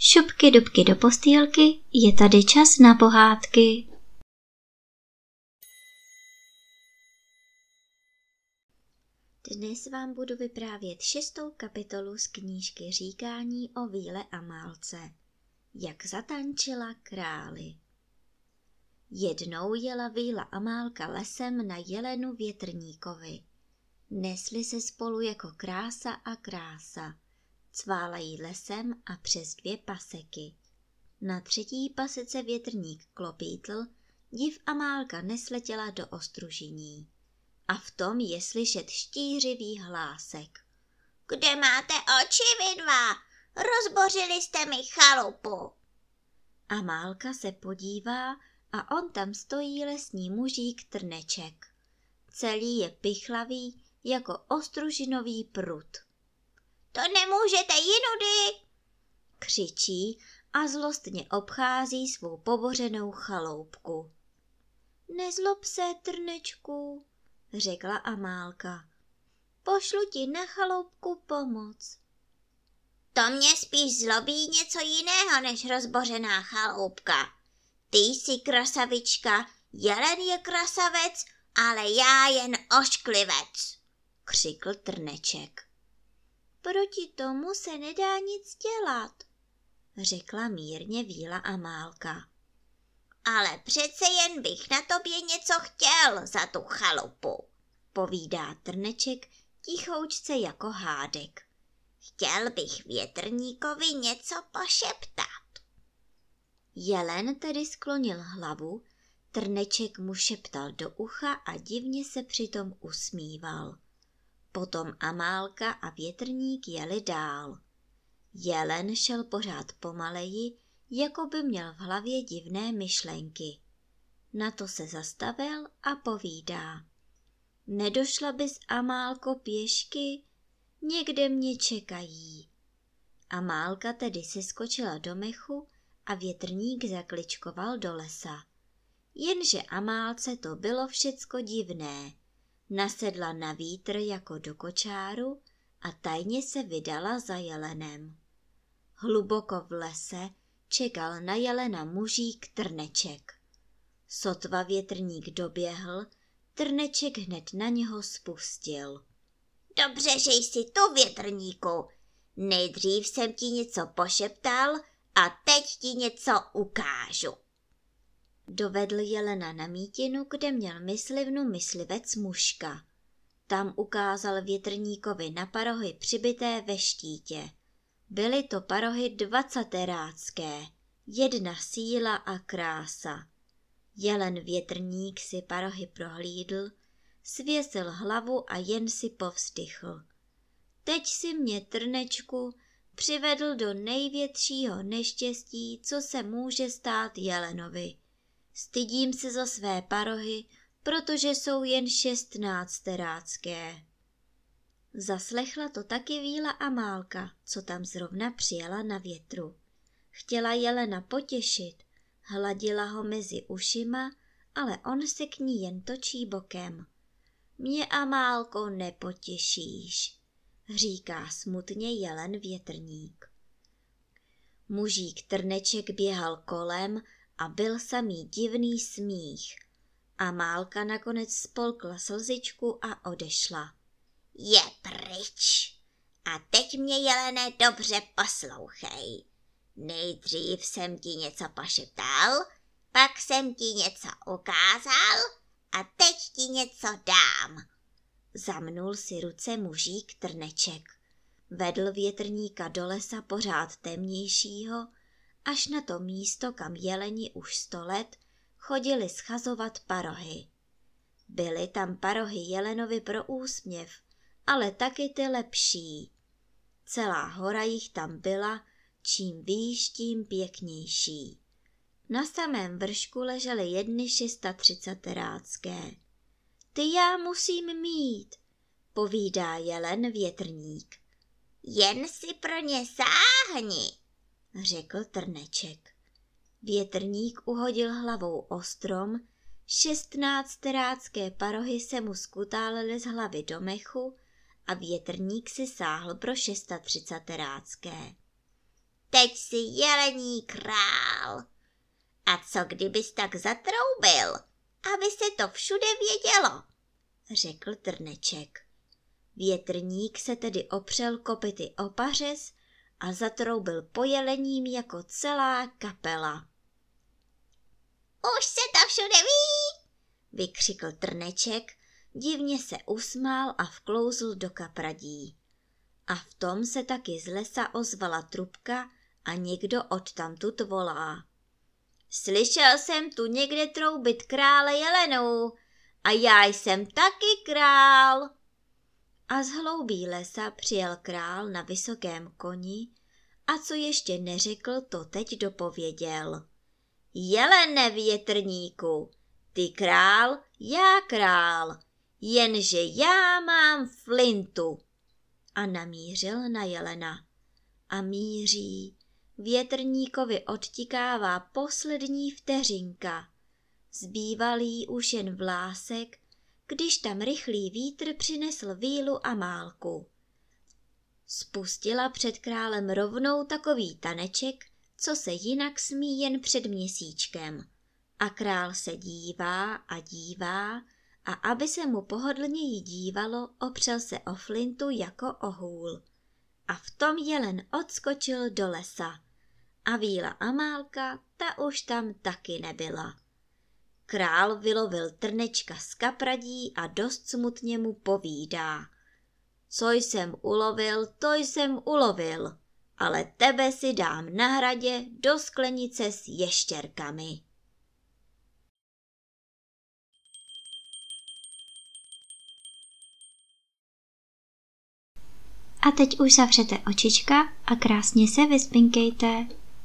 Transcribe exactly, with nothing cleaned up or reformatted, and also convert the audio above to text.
Šupky dubky do postýlky, je tady čas na pohádky. Dnes vám budu vyprávět šestou kapitolu z knížky Říkání o Víle Amálce. Jak zatančila králi. Jednou jela Víla Amálka lesem na jelenu větrníkovi. Nesli se spolu jako krása a krása. Cvála jí lesem a přes dvě paseky. Na třetí pasece větrník klopítl, div Amálka nesletěla do ostružiní. A v tom je slyšet štířivý hlásek. Kde máte oči vy dva? Rozbořili jste mi chalupu. Amálka se podívá a on tam stojí lesní mužík Trneček. Celý je pichlavý jako ostružinový prut. To nemůžete jinudy, křičí a zlostně obchází svou pobořenou chaloupku. Nezlob se, Trnečku, řekla Amálka. Pošlu ti na chaloupku pomoc. To mě spíš zlobí něco jiného než rozbořená chaloupka. Ty jsi krasavička, jelen je krasavec, ale já jen ošklivec, křikl Trneček. Proti tomu se nedá nic dělat, řekla mírně Víla Amálka. Ale přece jen bych na tobě něco chtěl za tu chalupu, povídá Trneček tichoučce jako hádek. Chtěl bych větrníkovi něco pošeptat. Jelen tedy sklonil hlavu, Trneček mu šeptal do ucha a divně se přitom usmíval. Potom Amálka a větrník jeli dál. Jelen šel pořád pomaleji, jako by měl v hlavě divné myšlenky. Na to se zastavil a povídá. Nedošla bys, Amálko, pěšky? Někde mě čekají. Amálka tedy seskočila do mechu a větrník zakličkoval do lesa. Jenže Amálce to bylo všecko divné. Nasedla na vítr jako do kočáru a tajně se vydala za jelenem. Hluboko v lese čekal na jelena mužík Trneček. Sotva větrník doběhl, Trneček hned na něho spustil. Dobře, že jsi tu, větrníku. Nejdřív jsem ti něco pošeptal a teď ti něco ukážu. Dovedl jelena na mítinu, kde měl myslivnu myslivec Muška. Tam ukázal větrníkovi na parohy přibité ve štítě. Byly to parohy dvacaterácké, jedna síla a krása. Jelen větrník si parohy prohlídl, svěsil hlavu a jen si povzdychl. Teď si mě, Trnečku, přivedl do největšího neštěstí, co se může stát jelenovi. Stydím se za své parohy, protože jsou jen šestnácterácké. Zaslechla to taky Víla Amálka, co tam zrovna přijela na větru. Chtěla jelena potěšit, hladila ho mezi ušima, ale on se k ní jen točí bokem. Mě, Amálko, nepotěšíš, říká smutně jelen větrník. Mužík Trneček běhal kolem a byl samý divný smích. Amálka nakonec spolkla slzičku a odešla. Je pryč. A teď mě, jelene, dobře poslouchej. Nejdřív jsem ti něco pošeptal, pak jsem ti něco ukázal a teď ti něco dám. Zamnul si ruce mužík Trneček. Vedl větrníka do lesa pořád temnějšího, až na to místo, kam jeleni už sto let chodili schazovat parohy. Byly tam parohy jelenovi pro úsměv, ale taky ty lepší. Celá hora jich tam byla, čím výš, tím pěknější. Na samém vršku ležely jedny šestatřicatirácké. Ty já musím mít, povídá jelen větrník. Jen si pro ně sáhni, řekl Trneček. Větrník uhodil hlavou o strom, šestnácterácké parohy se mu skutálely z hlavy do mechu a větrník si sáhl pro šestatřicatirácké. teď jsi jelení král. A co kdybys tak zatroubil, aby se to všude vědělo, řekl Trneček. Větrník se tedy opřel kopyty o pařez a zatroubil po jelením jako celá kapela. Už se to všude ví, vykřikl Trneček, divně se usmál a vklouzl do kapradí. A v tom se taky z lesa ozvala trubka a někdo odtamtud volá. Slyšel jsem tu někde troubit krále jelenů a já jsem taky král. A z hloubí lesa přijel král na vysokém koni a co ještě neřekl, to teď dopověděl. Jelene větrníku, ty král, já král, jenže já mám flintu. A namířil na jelena. A míří, větrníkovi odtikává poslední vteřinka. Zbýval jí už jen vlásek, když tam rychlý vítr přinesl vílu a málku. Spustila před králem rovnou takový taneček, co se jinak smí jen před měsíčkem. A král se dívá a dívá a aby se mu pohodlněji dívalo, opřel se o flintu jako o hůl. A v tom jelen odskočil do lesa. A víla a málka, ta už tam taky nebyla. Král vylovil Trnečka z kapradí a dost smutně mu povídá. Co jsem ulovil, to jsem ulovil, ale tebe si dám na hradě do sklenice s ještěrkami. A teď už zavřete očička a krásně se vyspinkejte.